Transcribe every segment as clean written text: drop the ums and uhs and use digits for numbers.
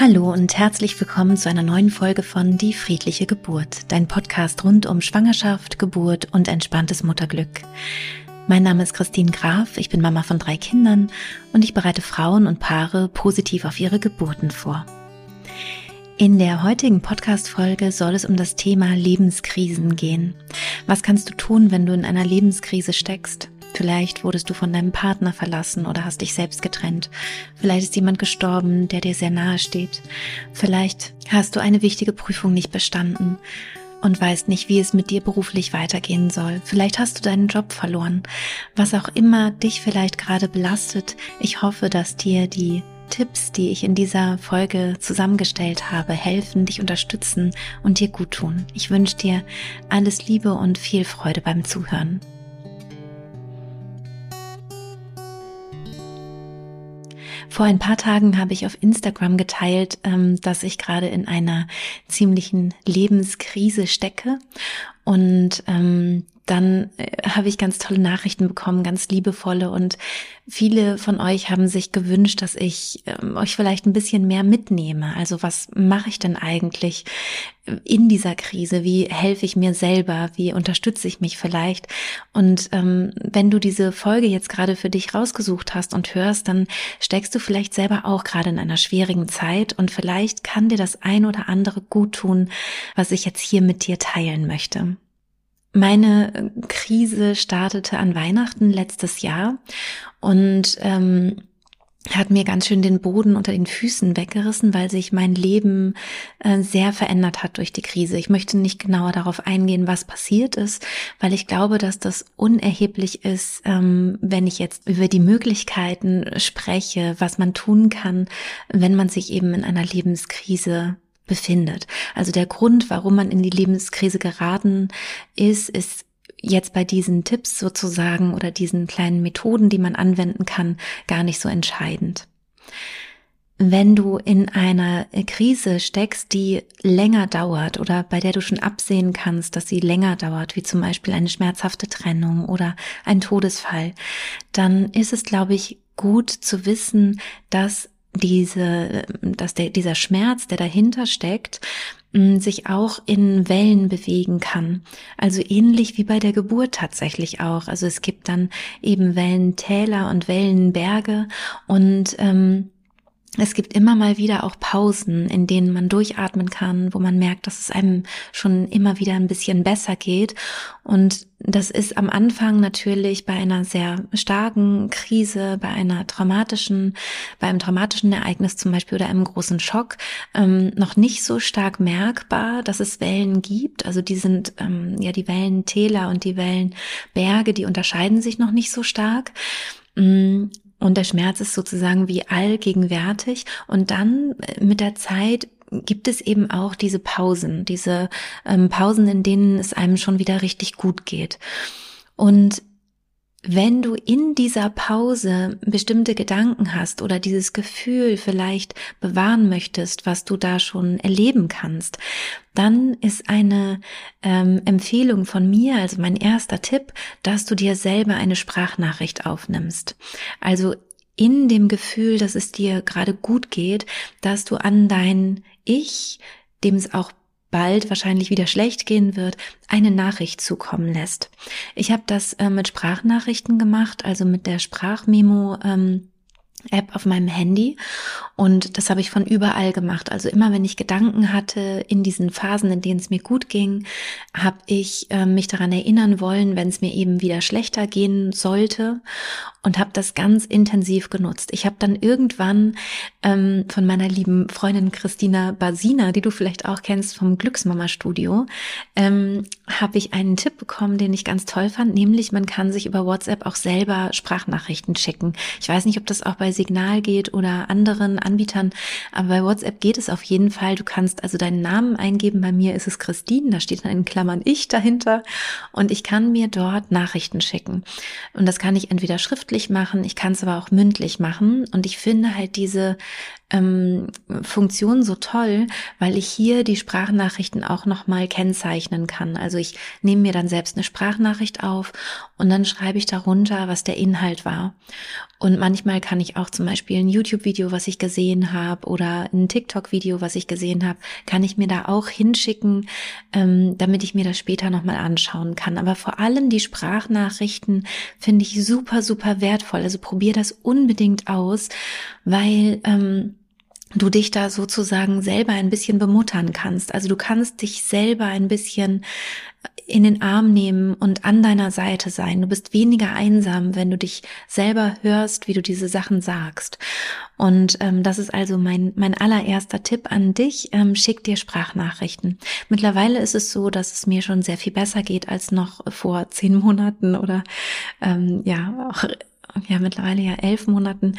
Hallo und herzlich willkommen zu einer neuen Folge von Die friedliche Geburt, dein Podcast rund um Schwangerschaft, Geburt und entspanntes Mutterglück. Mein Name ist Christine Graf, ich bin Mama von 3 Kindern und ich bereite Frauen und Paare positiv auf ihre Geburten vor. In der heutigen Podcast-Folge soll es um das Thema Lebenskrisen gehen. Was kannst du tun, wenn du in einer Lebenskrise steckst? Vielleicht wurdest du von deinem Partner verlassen oder hast dich selbst getrennt. Vielleicht ist jemand gestorben, der dir sehr nahe steht. Vielleicht hast du eine wichtige Prüfung nicht bestanden und weißt nicht, wie es mit dir beruflich weitergehen soll. Vielleicht hast du deinen Job verloren. Was auch immer dich vielleicht gerade belastet, ich hoffe, dass dir die Tipps, die ich in dieser Folge zusammengestellt habe, helfen, dich unterstützen und dir gut tun. Ich wünsche dir alles Liebe und viel Freude beim Zuhören. Vor ein paar Tagen habe ich auf Instagram geteilt, dass ich gerade in einer ziemlichen Lebenskrise stecke und dann habe ich ganz tolle Nachrichten bekommen, ganz liebevolle, und viele von euch haben sich gewünscht, dass ich euch vielleicht ein bisschen mehr mitnehme. Also was mache ich denn eigentlich in dieser Krise? Wie helfe ich mir selber? Wie unterstütze ich mich vielleicht? Und wenn du diese Folge jetzt gerade für dich rausgesucht hast und hörst, dann steckst du vielleicht selber auch gerade in einer schwierigen Zeit und vielleicht kann dir das ein oder andere gut tun, was ich jetzt hier mit dir teilen möchte. Meine Krise startete an Weihnachten letztes Jahr und hat mir ganz schön den Boden unter den Füßen weggerissen, weil sich mein Leben sehr verändert hat durch die Krise. Ich möchte nicht genauer darauf eingehen, was passiert ist, weil ich glaube, dass das unerheblich ist, wenn ich jetzt über die Möglichkeiten spreche, was man tun kann, wenn man sich eben in einer Lebenskrise befindet. Also der Grund, warum man in die Lebenskrise geraten ist jetzt bei diesen Tipps sozusagen oder diesen kleinen Methoden, die man anwenden kann, gar nicht so entscheidend. Wenn du in einer Krise steckst, die länger dauert oder bei der du schon absehen kannst, dass sie länger dauert, wie zum Beispiel eine schmerzhafte Trennung oder ein Todesfall, dann ist es, glaube ich, gut zu wissen, dass dieser Schmerz, der dahinter steckt, sich auch in Wellen bewegen kann. Also ähnlich wie bei der Geburt tatsächlich auch. Also es gibt dann eben Wellentäler und Wellenberge und es gibt immer mal wieder auch Pausen, in denen man durchatmen kann, wo man merkt, dass es einem schon immer wieder ein bisschen besser geht. Und das ist am Anfang natürlich bei einer sehr starken Krise, bei einem traumatischen Ereignis zum Beispiel oder einem großen Schock noch nicht so stark merkbar, dass es Wellen gibt. Also die sind die Wellentäler und die Wellenberge, die unterscheiden sich noch nicht so stark. Und der Schmerz ist sozusagen wie allgegenwärtig. Und dann mit der Zeit gibt es eben auch diese Pausen, in denen es einem schon wieder richtig gut geht. Und wenn du in dieser Pause bestimmte Gedanken hast oder dieses Gefühl vielleicht bewahren möchtest, was du da schon erleben kannst, dann ist eine Empfehlung von mir, also mein erster Tipp, dass du dir selber eine Sprachnachricht aufnimmst. Also in dem Gefühl, dass es dir gerade gut geht, dass du an dein Ich, dem es auch bald wahrscheinlich wieder schlecht gehen wird, eine Nachricht zukommen lässt. Ich habe das mit Sprachnachrichten gemacht, also mit der Sprachmemo App auf meinem Handy, und das habe ich von überall gemacht. Also immer wenn ich Gedanken hatte in diesen Phasen, in denen es mir gut ging, habe ich mich daran erinnern wollen, wenn es mir eben wieder schlechter gehen sollte, und habe das ganz intensiv genutzt. Ich habe dann irgendwann von meiner lieben Freundin Christina Basina, die du vielleicht auch kennst vom Glücksmama-Studio, habe ich einen Tipp bekommen, den ich ganz toll fand, nämlich man kann sich über WhatsApp auch selber Sprachnachrichten schicken. Ich weiß nicht, ob das auch bei Signal geht oder anderen Anbietern, aber bei WhatsApp geht es auf jeden Fall. Du kannst also deinen Namen eingeben, bei mir ist es Christine, da steht dann in Klammern ich dahinter, und ich kann mir dort Nachrichten schicken. Und das kann ich entweder schriftlich machen, ich kann es aber auch mündlich machen, und ich finde halt diese Funktion so toll, weil ich hier die Sprachnachrichten auch nochmal kennzeichnen kann. Also ich nehme mir dann selbst eine Sprachnachricht auf und dann schreibe ich darunter, was der Inhalt war. Und manchmal kann ich ich auch zum Beispiel ein YouTube-Video, was ich gesehen habe, oder ein TikTok-Video, was ich gesehen habe, kann ich mir da auch hinschicken, damit ich mir das später nochmal anschauen kann. Aber vor allem die Sprachnachrichten finde ich super, super wertvoll. Also probier das unbedingt aus, weil du dich da sozusagen selber ein bisschen bemuttern kannst. Also du kannst dich selber ein bisschen in den Arm nehmen und an deiner Seite sein. Du bist weniger einsam, wenn du dich selber hörst, wie du diese Sachen sagst. Und das ist also mein allererster Tipp an dich. Schick dir Sprachnachrichten. Mittlerweile ist es so, dass es mir schon sehr viel besser geht als noch vor 10 Monaten oder mittlerweile ja 11 Monaten.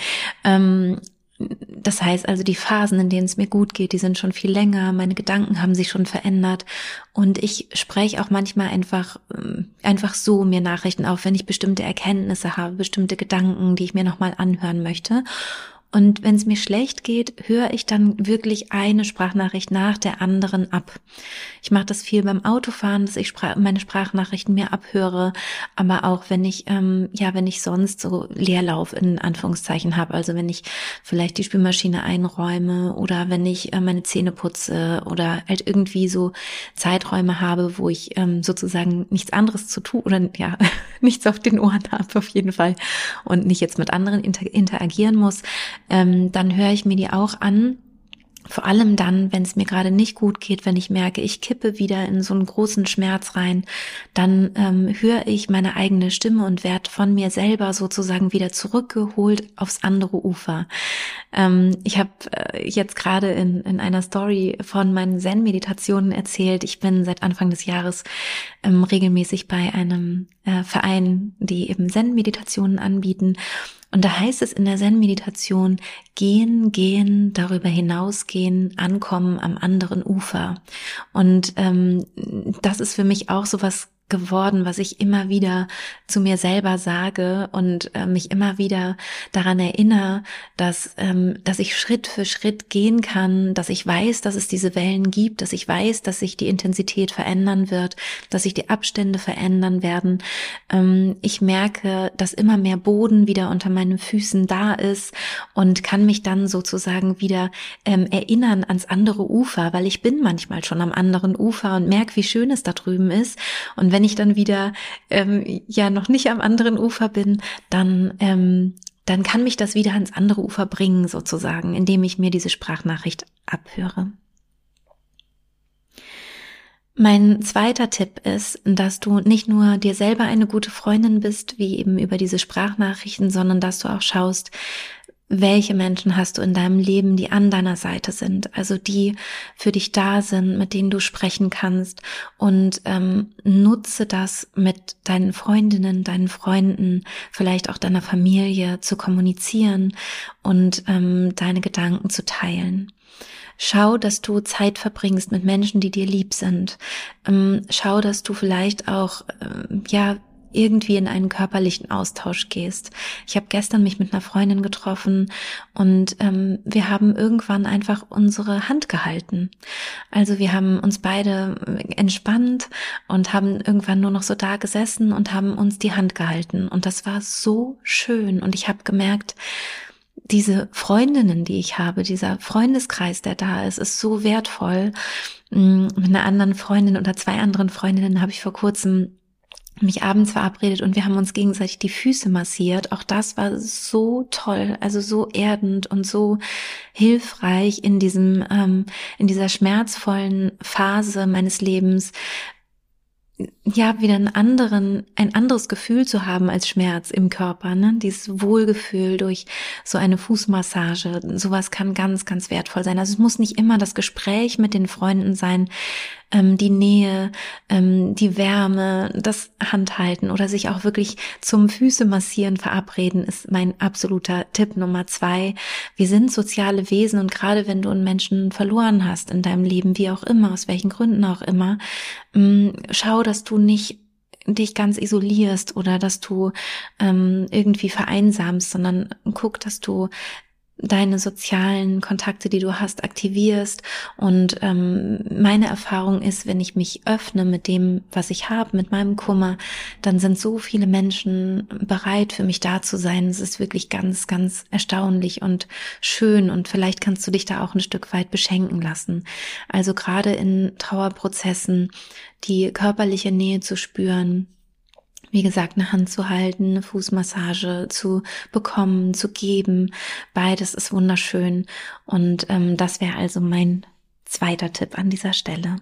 Das heißt also, die Phasen, in denen es mir gut geht, die sind schon viel länger, meine Gedanken haben sich schon verändert und ich spreche auch manchmal einfach so mir Nachrichten auf, wenn ich bestimmte Erkenntnisse habe, bestimmte Gedanken, die ich mir nochmal anhören möchte. Und wenn es mir schlecht geht, höre ich dann wirklich eine Sprachnachricht nach der anderen ab. Ich mache das viel beim Autofahren, dass ich meine Sprachnachrichten mir abhöre, aber auch wenn ich sonst so Leerlauf in Anführungszeichen habe, also wenn ich vielleicht die Spülmaschine einräume oder wenn ich meine Zähne putze oder halt irgendwie so Zeiträume habe, wo ich sozusagen nichts anderes zu tun oder nichts auf den Ohren habe auf jeden Fall und nicht jetzt mit anderen interagieren muss, dann höre ich mir die auch an. Vor allem dann, wenn es mir gerade nicht gut geht, wenn ich merke, ich kippe wieder in so einen großen Schmerz rein, dann höre ich meine eigene Stimme und werde von mir selber sozusagen wieder zurückgeholt aufs andere Ufer. Ich habe jetzt gerade in einer Story von meinen Zen-Meditationen erzählt. Ich bin seit Anfang des Jahres regelmäßig bei einem Verein, die eben Zen-Meditationen anbieten. Und da heißt es in der Zen-Meditation, gehen, darüber hinausgehen, ankommen am anderen Ufer. Und das ist für mich auch sowas geworden, was ich immer wieder zu mir selber sage und mich immer wieder daran erinnere, dass ich Schritt für Schritt gehen kann, dass ich weiß, dass es diese Wellen gibt, dass ich weiß, dass sich die Intensität verändern wird, dass sich die Abstände verändern werden. Ich merke, dass immer mehr Boden wieder unter meinen Füßen da ist und kann mich dann sozusagen wieder erinnern ans andere Ufer, weil ich bin manchmal schon am anderen Ufer und merke, wie schön es da drüben ist. Und wenn ich dann wieder noch nicht am anderen Ufer bin, dann kann mich das wieder ans andere Ufer bringen sozusagen, indem ich mir diese Sprachnachricht abhöre. Mein zweiter Tipp ist, dass du nicht nur dir selber eine gute Freundin bist, wie eben über diese Sprachnachrichten, sondern dass du auch schaust, welche Menschen hast du in deinem Leben, die an deiner Seite sind, also die für dich da sind, mit denen du sprechen kannst und nutze das mit deinen Freundinnen, deinen Freunden, vielleicht auch deiner Familie zu kommunizieren und deine Gedanken zu teilen. Schau, dass du Zeit verbringst mit Menschen, die dir lieb sind. Schau, dass du vielleicht auch irgendwie in einen körperlichen Austausch gehst. Ich habe gestern mich mit einer Freundin getroffen und wir haben irgendwann einfach unsere Hand gehalten. Also wir haben uns beide entspannt und haben irgendwann nur noch so da gesessen und haben uns die Hand gehalten. Und das war so schön. Und ich habe gemerkt, diese Freundinnen, die ich habe, dieser Freundeskreis, der da ist so wertvoll. Mit einer anderen Freundin oder 2 anderen Freundinnen habe ich vor kurzem mich abends verabredet und wir haben uns gegenseitig die Füße massiert. Auch das war so toll, also so erdend und so hilfreich in dieser schmerzvollen Phase meines Lebens, wieder ein anderes Gefühl zu haben als Schmerz im Körper, ne? Dieses Wohlgefühl durch so eine Fußmassage, sowas kann ganz, ganz wertvoll sein. Also es muss nicht immer das Gespräch mit den Freunden sein, die Nähe, die Wärme, das Handhalten oder sich auch wirklich zum Füße massieren verabreden ist mein absoluter Tipp Nummer 2. Wir sind soziale Wesen und gerade wenn du einen Menschen verloren hast in deinem Leben, wie auch immer, aus welchen Gründen auch immer, schau, dass du nicht dich ganz isolierst oder dass du irgendwie vereinsamst, sondern guck, dass du deine sozialen Kontakte, die du hast, aktivierst. Und meine Erfahrung ist, wenn ich mich öffne mit dem, was ich habe, mit meinem Kummer, dann sind so viele Menschen bereit, für mich da zu sein. Es ist wirklich ganz, ganz erstaunlich und schön. Und vielleicht kannst du dich da auch ein Stück weit beschenken lassen. Also gerade in Trauerprozessen, die körperliche Nähe zu spüren, wie gesagt, eine Hand zu halten, eine Fußmassage zu bekommen, zu geben. Beides ist wunderschön. Und das wäre also mein zweiter Tipp an dieser Stelle.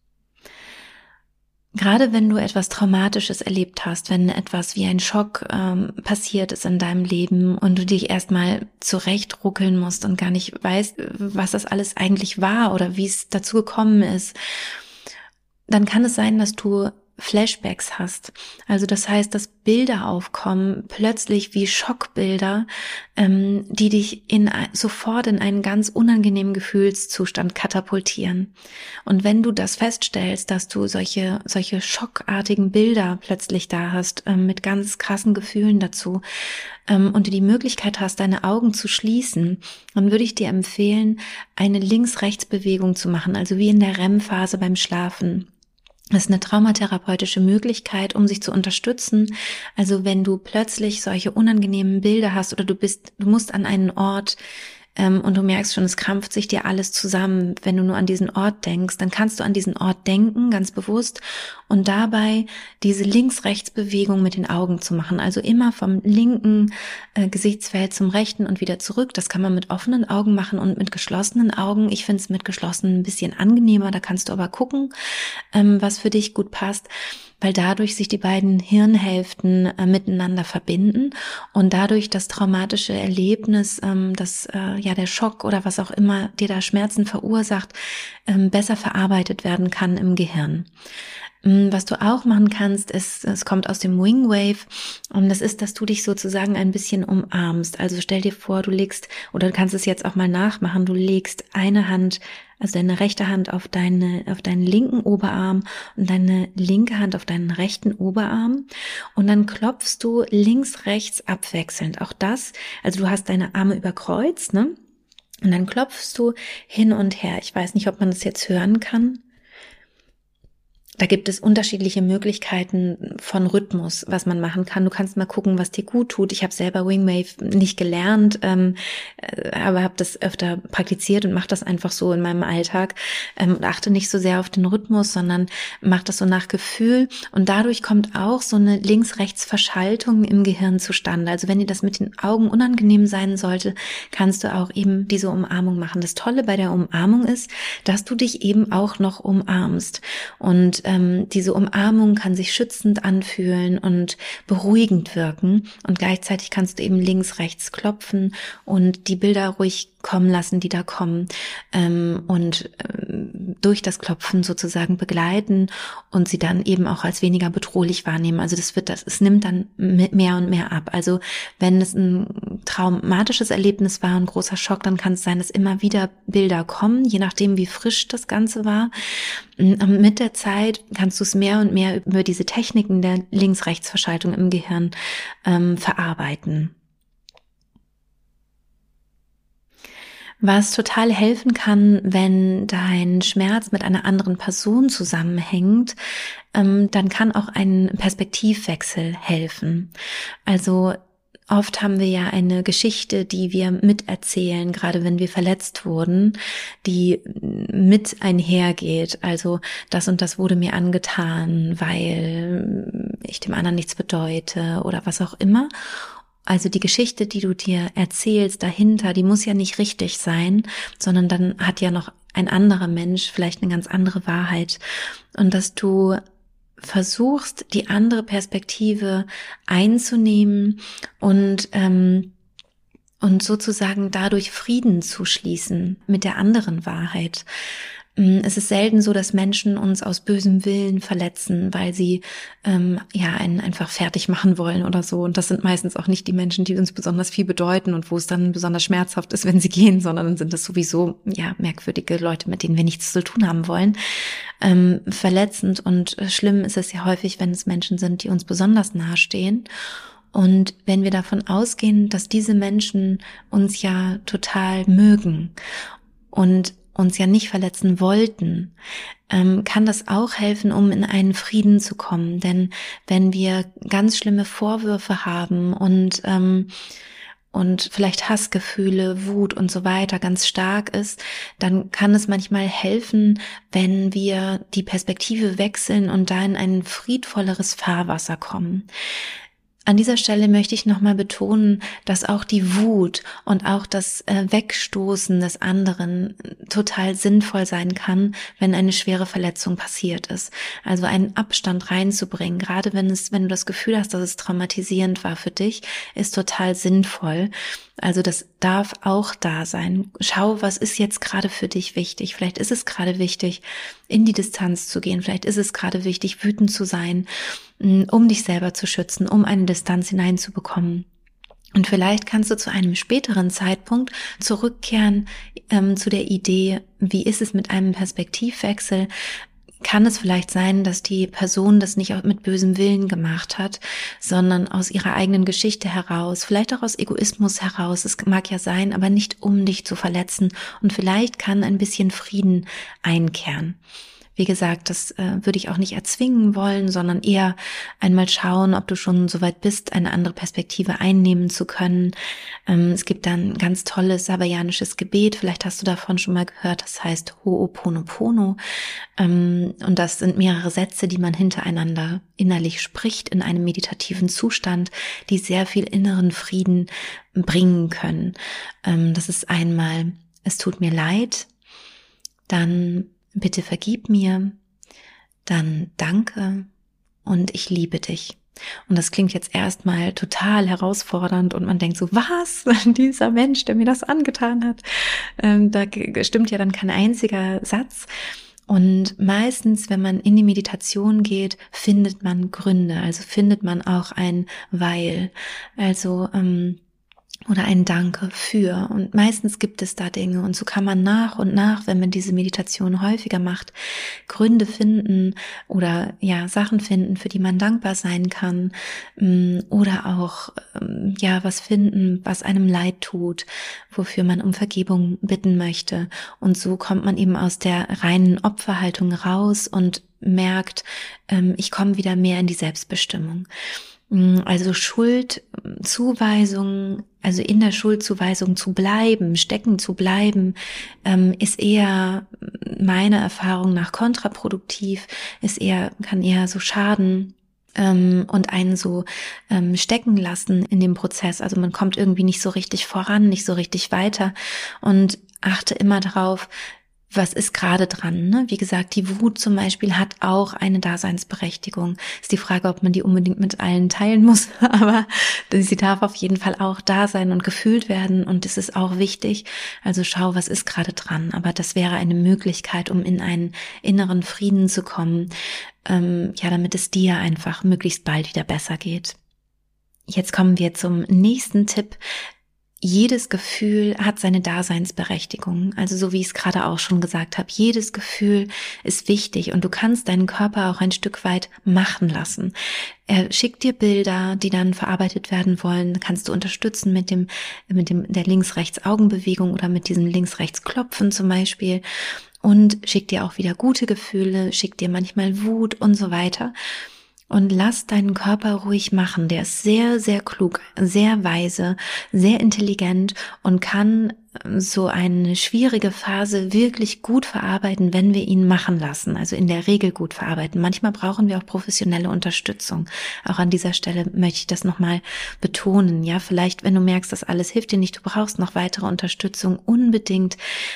Gerade wenn du etwas Traumatisches erlebt hast, wenn etwas wie ein Schock passiert ist in deinem Leben und du dich erstmal zurechtruckeln musst und gar nicht weißt, was das alles eigentlich war oder wie es dazu gekommen ist, dann kann es sein, dass du Flashbacks hast. Also das heißt, dass Bilder aufkommen, plötzlich wie Schockbilder, die dich sofort in einen ganz unangenehmen Gefühlszustand katapultieren. Und wenn du das feststellst, dass du solche schockartigen Bilder plötzlich da hast, mit ganz krassen Gefühlen dazu, und du die Möglichkeit hast, deine Augen zu schließen, dann würde ich dir empfehlen, eine Links-Rechts-Bewegung zu machen, also wie in der REM-Phase beim Schlafen. Das ist eine traumatherapeutische Möglichkeit, um sich zu unterstützen. Also wenn du plötzlich solche unangenehmen Bilder hast oder du musst an einen Ort und du merkst schon, es krampft sich dir alles zusammen, wenn du nur an diesen Ort denkst, dann kannst du an diesen Ort denken, ganz bewusst, und dabei diese Links-Rechts-Bewegung mit den Augen zu machen. Also immer vom linken Gesichtsfeld zum rechten und wieder zurück. Das kann man mit offenen Augen machen und mit geschlossenen Augen. Ich finde es mit geschlossenen ein bisschen angenehmer. Da kannst du aber gucken, was für dich gut passt, weil dadurch sich die beiden Hirnhälften miteinander verbinden und dadurch das traumatische Erlebnis, der Schock oder was auch immer dir da Schmerzen verursacht, besser verarbeitet werden kann im Gehirn. Was du auch machen kannst, ist, es kommt aus dem Wing Wave, und das ist, dass du dich sozusagen ein bisschen umarmst. Also stell dir vor, du legst, oder du kannst es jetzt auch mal nachmachen, du legst eine Hand, also deine rechte Hand auf deinen linken Oberarm und deine linke Hand auf deinen rechten Oberarm, und dann klopfst du links, rechts abwechselnd. Auch das, also du hast deine Arme überkreuzt, ne? Und dann klopfst du hin und her. Ich weiß nicht, ob man das jetzt hören kann. Da gibt es unterschiedliche Möglichkeiten von Rhythmus, was man machen kann. Du kannst mal gucken, was dir gut tut. Ich habe selber Wingwave nicht gelernt, aber habe das öfter praktiziert und mache das einfach so in meinem Alltag. Und achte nicht so sehr auf den Rhythmus, sondern mache das so nach Gefühl. Und dadurch kommt auch so eine Links-Rechts-Verschaltung im Gehirn zustande. Also wenn dir das mit den Augen unangenehm sein sollte, kannst du auch eben diese Umarmung machen. Das Tolle bei der Umarmung ist, dass du dich eben auch noch umarmst. Und diese Umarmung kann sich schützend anfühlen und beruhigend wirken, und gleichzeitig kannst du eben links, rechts klopfen und die Bilder ruhig kommen lassen, die da kommen, und durch das Klopfen sozusagen begleiten und sie dann eben auch als weniger bedrohlich wahrnehmen. Also es nimmt dann mehr und mehr ab. Also wenn es ein traumatisches Erlebnis war, ein großer Schock, dann kann es sein, dass immer wieder Bilder kommen, je nachdem, wie frisch das Ganze war. Und mit der Zeit kannst du es mehr und mehr über diese Techniken der Links-Rechts-Verschaltung im Gehirn verarbeiten. Was total helfen kann, wenn dein Schmerz mit einer anderen Person zusammenhängt, dann kann auch ein Perspektivwechsel helfen. Also oft haben wir ja eine Geschichte, die wir miterzählen, gerade wenn wir verletzt wurden, die mit einhergeht. Also das und das wurde mir angetan, weil ich dem anderen nichts bedeute oder was auch immer. Also die Geschichte, die du dir erzählst dahinter, die muss ja nicht richtig sein, sondern dann hat ja noch ein anderer Mensch vielleicht eine ganz andere Wahrheit. Und dass du versuchst, die andere Perspektive einzunehmen und sozusagen dadurch Frieden zu schließen mit der anderen Wahrheit. Es ist selten so, dass Menschen uns aus bösem Willen verletzen, weil sie einen einfach fertig machen wollen oder so. Und das sind meistens auch nicht die Menschen, die uns besonders viel bedeuten und wo es dann besonders schmerzhaft ist, wenn sie gehen, sondern dann sind das sowieso merkwürdige Leute, mit denen wir nichts zu tun haben wollen. Verletzend und schlimm ist es ja häufig, wenn es Menschen sind, die uns besonders nahestehen. Und wenn wir davon ausgehen, dass diese Menschen uns ja total mögen und uns ja nicht verletzen wollten, kann das auch helfen, um in einen Frieden zu kommen. Denn wenn wir ganz schlimme Vorwürfe haben und vielleicht Hassgefühle, Wut und so weiter ganz stark ist, dann kann es manchmal helfen, wenn wir die Perspektive wechseln und da in ein friedvolleres Fahrwasser kommen. An dieser Stelle möchte ich nochmal betonen, dass auch die Wut und auch das Wegstoßen des anderen total sinnvoll sein kann, wenn eine schwere Verletzung passiert ist. Also einen Abstand reinzubringen, gerade wenn du das Gefühl hast, dass es traumatisierend war für dich, ist total sinnvoll. Also das darf auch da sein. Schau, was ist jetzt gerade für dich wichtig? Vielleicht ist es gerade wichtig, in die Distanz zu gehen. Vielleicht ist es gerade wichtig, wütend zu sein, um dich selber zu schützen, um eine Distanz hineinzubekommen. Und vielleicht kannst du zu einem späteren Zeitpunkt zurückkehren zu der Idee, wie ist es mit einem Perspektivwechsel? Kann es vielleicht sein, dass die Person das nicht mit bösem Willen gemacht hat, sondern aus ihrer eigenen Geschichte heraus, vielleicht auch aus Egoismus heraus, es mag ja sein, aber nicht um dich zu verletzen, und vielleicht kann ein bisschen Frieden einkehren. Wie gesagt, das würde ich auch nicht erzwingen wollen, sondern eher einmal schauen, ob du schon so weit bist, eine andere Perspektive einnehmen zu können. Es gibt dann ein ganz tolles hawaiianisches Gebet, vielleicht hast du davon schon mal gehört, das heißt Ho'oponopono. Und das sind mehrere Sätze, die man hintereinander innerlich spricht in einem meditativen Zustand, die sehr viel inneren Frieden bringen können. Das ist einmal: Es tut mir leid, dann bitte vergib mir, dann danke und ich liebe dich. Und das klingt jetzt erstmal total herausfordernd und man denkt so, was? Dieser Mensch, der mir das angetan hat. Da stimmt ja dann kein einziger Satz. Und meistens, wenn man in die Meditation geht, findet man Gründe, also findet man auch ein Weil. Also oder ein Danke für. Und meistens gibt es da Dinge. Und so kann man nach und nach, wenn man diese Meditation häufiger macht, Gründe finden oder ja Sachen finden, für die man dankbar sein kann. Oder auch was finden, was einem leid tut, wofür man um Vergebung bitten möchte. Und so kommt man eben aus der reinen Opferhaltung raus und merkt, ich komme wieder mehr in die Selbstbestimmung. Also Schuldzuweisung, also in der Schuldzuweisung zu bleiben, stecken zu bleiben, ist eher meiner Erfahrung nach kontraproduktiv, kann eher so schaden und einen so stecken lassen in dem Prozess. Also man kommt irgendwie nicht so richtig voran, nicht so richtig weiter, und achte immer darauf, was ist gerade dran, ne? Wie gesagt, die Wut zum Beispiel hat auch eine Daseinsberechtigung. Ist die Frage, ob man die unbedingt mit allen teilen muss, aber sie darf auf jeden Fall auch da sein und gefühlt werden, und es ist auch wichtig. Also schau, was ist gerade dran. Aber das wäre eine Möglichkeit, um in einen inneren Frieden zu kommen, damit es dir einfach möglichst bald wieder besser geht. Jetzt kommen wir zum nächsten Tipp. Jedes Gefühl hat seine Daseinsberechtigung, also so wie ich es gerade auch schon gesagt habe, jedes Gefühl ist wichtig und du kannst deinen Körper auch ein Stück weit machen lassen. Er schickt dir Bilder, die dann verarbeitet werden wollen, kannst du unterstützen mit der Links-Rechts-Augenbewegung oder mit diesem Links-Rechts-Klopfen zum Beispiel, und schickt dir auch wieder gute Gefühle, schickt dir manchmal Wut und so weiter. Und lass deinen Körper ruhig machen. Der ist sehr, sehr klug, sehr weise, sehr intelligent und kann so eine schwierige Phase wirklich gut verarbeiten, wenn wir ihn machen lassen. Also in der Regel gut verarbeiten. Manchmal brauchen wir auch professionelle Unterstützung. Auch an dieser Stelle möchte ich das nochmal betonen. Ja, vielleicht, wenn du merkst, das alles hilft dir nicht, du brauchst noch weitere Unterstützung, unbedingt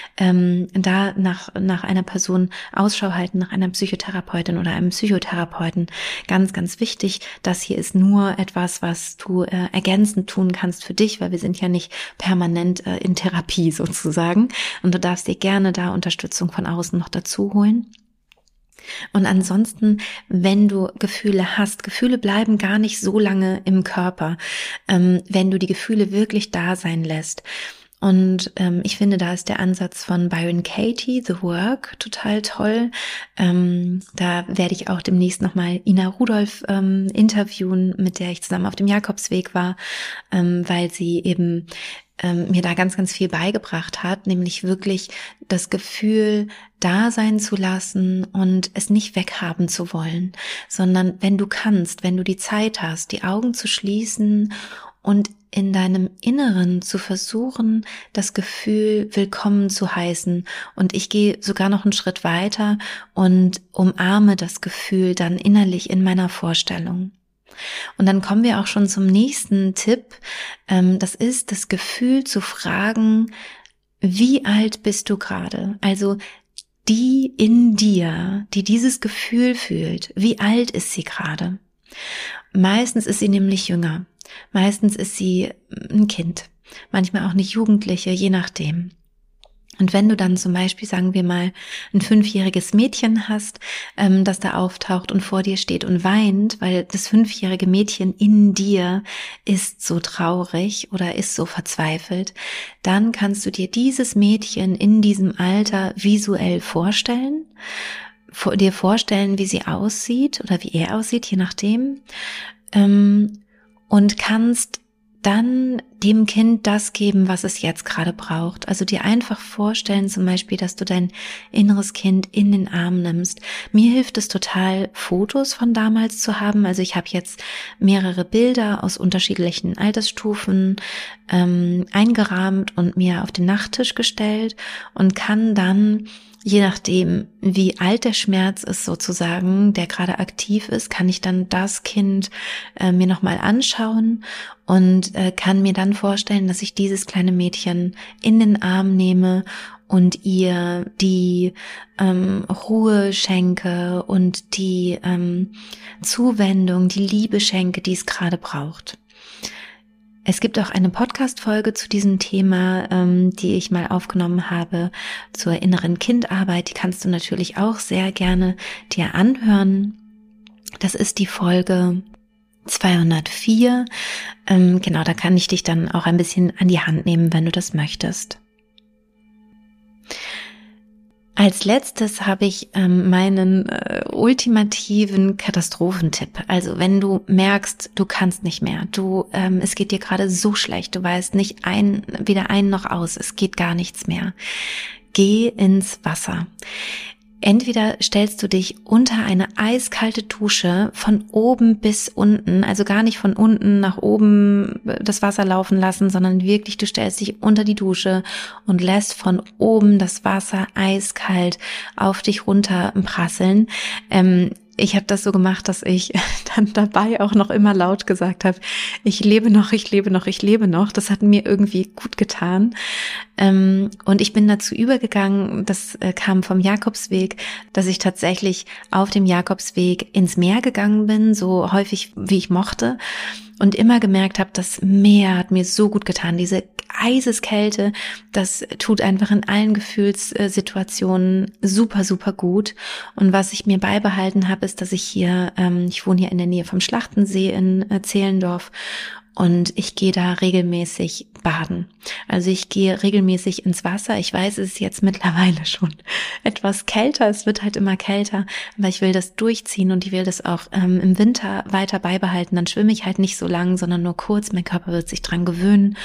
da nach einer Person Ausschau halten, nach einer Psychotherapeutin oder einem Psychotherapeuten. Ganz, ganz wichtig. Das hier ist nur etwas, was du ergänzend tun kannst für dich, weil wir sind ja nicht permanent in Therapie sozusagen, und du darfst dir gerne da Unterstützung von außen noch dazu holen. Und ansonsten, wenn du Gefühle hast, Gefühle bleiben gar nicht so lange im Körper, wenn du die Gefühle wirklich da sein lässt Und ich finde, da ist der Ansatz von Byron Katie, The Work, total toll. Da werde ich auch demnächst nochmal Ina Rudolph interviewen, mit der ich zusammen auf dem Jakobsweg war, weil sie eben mir da ganz, ganz viel beigebracht hat, nämlich wirklich das Gefühl da sein zu lassen und es nicht weghaben zu wollen, sondern wenn du kannst, wenn du die Zeit hast, die Augen zu schließen und in deinem Inneren zu versuchen, das Gefühl willkommen zu heißen. Und ich gehe sogar noch einen Schritt weiter und umarme das Gefühl dann innerlich in meiner Vorstellung. Und dann kommen wir auch schon zum nächsten Tipp. Das ist das Gefühl zu fragen, wie alt bist du gerade? Also die in dir, die dieses Gefühl fühlt, wie alt ist sie gerade? Meistens ist sie nämlich jünger. Meistens ist sie ein Kind, manchmal auch eine Jugendliche, je nachdem. Und wenn du dann zum Beispiel, sagen wir mal, ein 5-jähriges Mädchen hast, das da auftaucht und vor dir steht und weint, weil das 5-jährige Mädchen in dir ist so traurig oder ist so verzweifelt, dann kannst du dir dieses Mädchen in diesem Alter visuell vorstellen, dir vorstellen, wie sie aussieht oder wie er aussieht, je nachdem, und kannst dann dem Kind das geben, was es jetzt gerade braucht. Also dir einfach vorstellen zum Beispiel, dass du dein inneres Kind in den Arm nimmst. Mir hilft es total, Fotos von damals zu haben. Also ich habe jetzt mehrere Bilder aus unterschiedlichen Altersstufen eingerahmt und mir auf den Nachttisch gestellt und kann dann, je nachdem, wie alt der Schmerz ist sozusagen, der gerade aktiv ist, kann ich dann das Kind mir nochmal anschauen und kann mir dann vorstellen, dass ich dieses kleine Mädchen in den Arm nehme und ihr die Ruhe schenke und die Zuwendung, die Liebe schenke, die es gerade braucht. Es gibt auch eine Podcast-Folge zu diesem Thema, die ich mal aufgenommen habe zur inneren Kindarbeit. Die kannst du natürlich auch sehr gerne dir anhören. Das ist die Folge 204. Genau, da kann ich dich dann auch ein bisschen an die Hand nehmen, wenn du das möchtest. Als letztes habe ich meinen ultimativen Katastrophentipp. Also wenn du merkst, du kannst nicht mehr, es geht dir gerade so schlecht, du weißt nicht weder ein noch aus, es geht gar nichts mehr. Geh ins Wasser. Entweder stellst du dich unter eine eiskalte Dusche von oben bis unten, also gar nicht von unten nach oben das Wasser laufen lassen, sondern wirklich, du stellst dich unter die Dusche und lässt von oben das Wasser eiskalt auf dich runter prasseln. Ich habe das so gemacht, dass ich dann dabei auch noch immer laut gesagt habe, ich lebe noch, ich lebe noch, ich lebe noch. Das hat mir irgendwie gut getan. Und ich bin dazu übergegangen, das kam vom Jakobsweg, dass ich tatsächlich auf dem Jakobsweg ins Meer gegangen bin, so häufig wie ich mochte. Und immer gemerkt habe, das Meer hat mir so gut getan. Diese Eiseskälte, das tut einfach in allen Gefühlssituationen super, super gut. Und was ich mir beibehalten habe, ist, dass ich wohne hier in der Nähe vom Schlachtensee in Zehlendorf. Und ich gehe da regelmäßig baden. Also ich gehe regelmäßig ins Wasser. Ich weiß, es ist jetzt mittlerweile schon etwas kälter. Es wird halt immer kälter. Aber ich will das durchziehen und ich will das auch im Winter weiter beibehalten. Dann schwimme ich halt nicht so lang, sondern nur kurz. Mein Körper wird sich dran gewöhnen.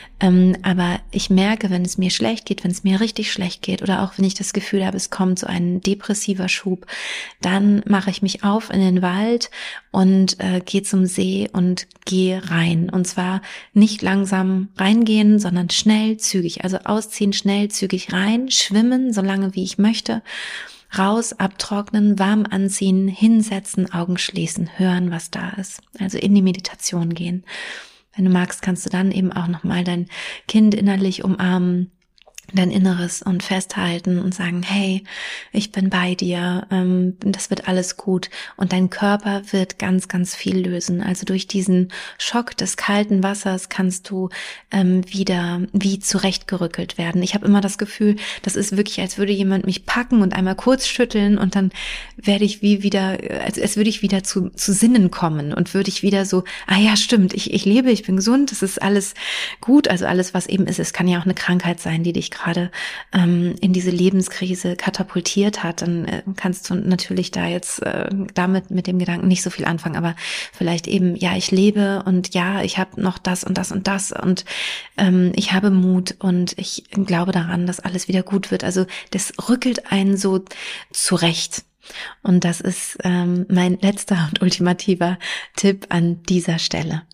Aber ich merke, wenn es mir schlecht geht, wenn es mir richtig schlecht geht oder auch wenn ich das Gefühl habe, es kommt so ein depressiver Schub, dann mache ich mich auf in den Wald und gehe zum See und gehe rein. Und zwar nicht langsam reingehen, sondern schnell, zügig. Also ausziehen, schnell, zügig rein, schwimmen, so lange wie ich möchte, raus, abtrocknen, warm anziehen, hinsetzen, Augen schließen, hören, was da ist. Also in die Meditation gehen. Wenn du magst, kannst du dann eben auch nochmal dein Kind innerlich umarmen, dein Inneres und festhalten und sagen, hey, ich bin bei dir, das wird alles gut, und dein Körper wird ganz, ganz viel lösen. Also durch diesen Schock des kalten Wassers kannst du wieder wie zurechtgerückelt werden. Ich habe immer das Gefühl, das ist wirklich, als würde jemand mich packen und einmal kurz schütteln und dann werde ich wie wieder, als würde ich wieder zu Sinnen kommen und würde ich wieder so, ah ja, stimmt, ich lebe, ich bin gesund, es ist alles gut, also alles, was eben ist, es kann ja auch eine Krankheit sein, die dich gerade in diese Lebenskrise katapultiert hat, dann kannst du natürlich da jetzt damit mit dem Gedanken nicht so viel anfangen, aber vielleicht eben, ja, ich lebe und ja, ich habe noch das und das und das und ich habe Mut und ich glaube daran, dass alles wieder gut wird. Also das rückelt einen so zurecht. Und das ist mein letzter und ultimativer Tipp an dieser Stelle.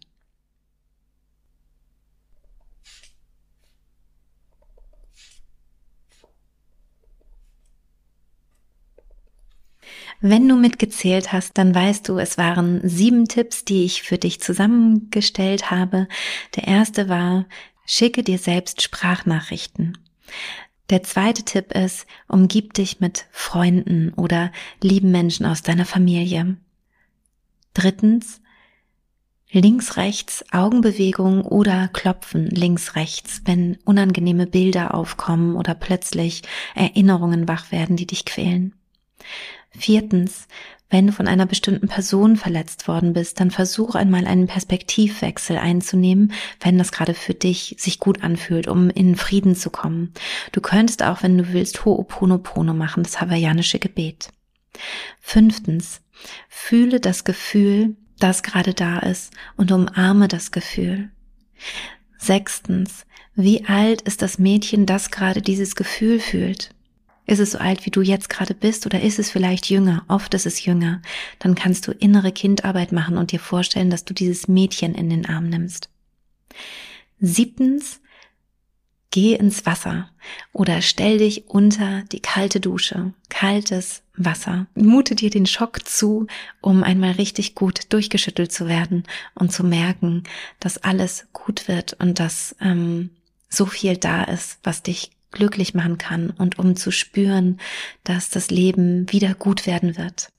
Wenn du mitgezählt hast, dann weißt du, es waren 7 Tipps, die ich für dich zusammengestellt habe. Der erste war, schicke dir selbst Sprachnachrichten. Der zweite Tipp ist, umgib dich mit Freunden oder lieben Menschen aus deiner Familie. Drittens, links, rechts, Augenbewegung oder Klopfen links, rechts, wenn unangenehme Bilder aufkommen oder plötzlich Erinnerungen wach werden, die dich quälen. Viertens, wenn du von einer bestimmten Person verletzt worden bist, dann versuch einmal einen Perspektivwechsel einzunehmen, wenn das gerade für dich sich gut anfühlt, um in Frieden zu kommen. Du könntest auch, wenn du willst, Ho'oponopono machen, das hawaiianische Gebet. Fünftens, fühle das Gefühl, das gerade da ist, und umarme das Gefühl. Sechstens, wie alt ist das Mädchen, das gerade dieses Gefühl fühlt? Ist es so alt, wie du jetzt gerade bist, oder ist es vielleicht jünger? Oft ist es jünger. Dann kannst du innere Kindarbeit machen und dir vorstellen, dass du dieses Mädchen in den Arm nimmst. Siebtens, geh ins Wasser oder stell dich unter die kalte Dusche, kaltes Wasser. Mute dir den Schock zu, um einmal richtig gut durchgeschüttelt zu werden und zu merken, dass alles gut wird und dass so viel da ist, was dich glücklich machen kann, und um zu spüren, dass das Leben wieder gut werden wird.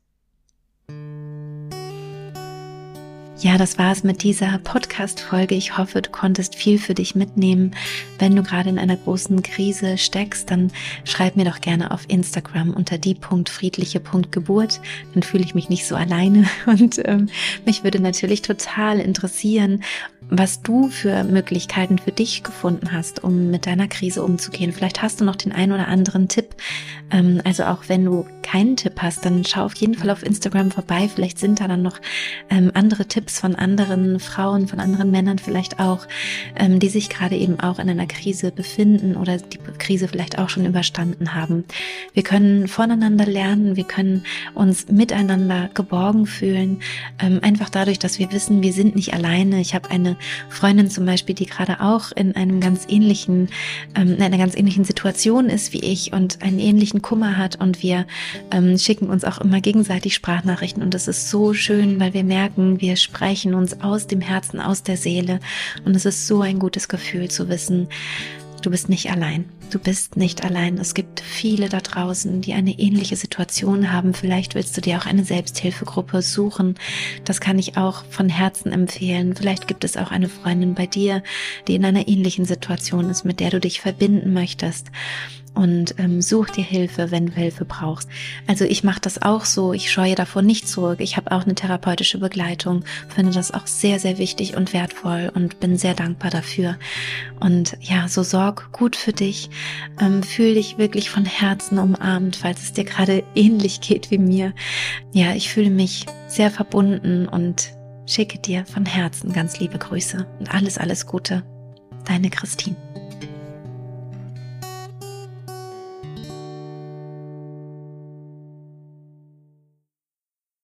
Ja, das war's mit dieser Podcast-Folge. Ich hoffe, du konntest viel für dich mitnehmen. Wenn du gerade in einer großen Krise steckst, dann schreib mir doch gerne auf Instagram unter die.friedliche.geburt. Dann fühle ich mich nicht so alleine. Und mich würde natürlich total interessieren, was du für Möglichkeiten für dich gefunden hast, um mit deiner Krise umzugehen. Vielleicht hast du noch den ein oder anderen Tipp. Also auch wenn du keinen Tipp hast, dann schau auf jeden Fall auf Instagram vorbei. Vielleicht sind da dann noch andere Tipps von anderen Frauen, von anderen Männern vielleicht auch, die sich gerade eben auch in einer Krise befinden oder die Krise vielleicht auch schon überstanden haben. Wir können voneinander lernen, wir können uns miteinander geborgen fühlen, einfach dadurch, dass wir wissen, wir sind nicht alleine. Ich habe eine Freundin zum Beispiel, die gerade auch in einer ganz ähnlichen Situation ist wie ich und einen ähnlichen Kummer hat, und wir schicken uns auch immer gegenseitig Sprachnachrichten, und das ist so schön, weil wir merken, wir sprechen uns aus dem Herzen, aus der Seele, und es ist so ein gutes Gefühl zu wissen, du bist nicht allein. Du bist nicht allein. Es gibt viele da draußen, die eine ähnliche Situation haben. Vielleicht willst du dir auch eine Selbsthilfegruppe suchen. Das kann ich auch von Herzen empfehlen. Vielleicht gibt es auch eine Freundin bei dir, die in einer ähnlichen Situation ist, mit der du dich verbinden möchtest. Und such dir Hilfe, wenn du Hilfe brauchst. Also ich mache das auch so, ich scheue davor nicht zurück. Ich habe auch eine therapeutische Begleitung, finde das auch sehr, sehr wichtig und wertvoll und bin sehr dankbar dafür. Und ja, so sorg gut für dich, fühl dich wirklich von Herzen umarmt, falls es dir gerade ähnlich geht wie mir. Ja, ich fühle mich sehr verbunden und schicke dir von Herzen ganz liebe Grüße und alles, alles Gute. Deine Christine.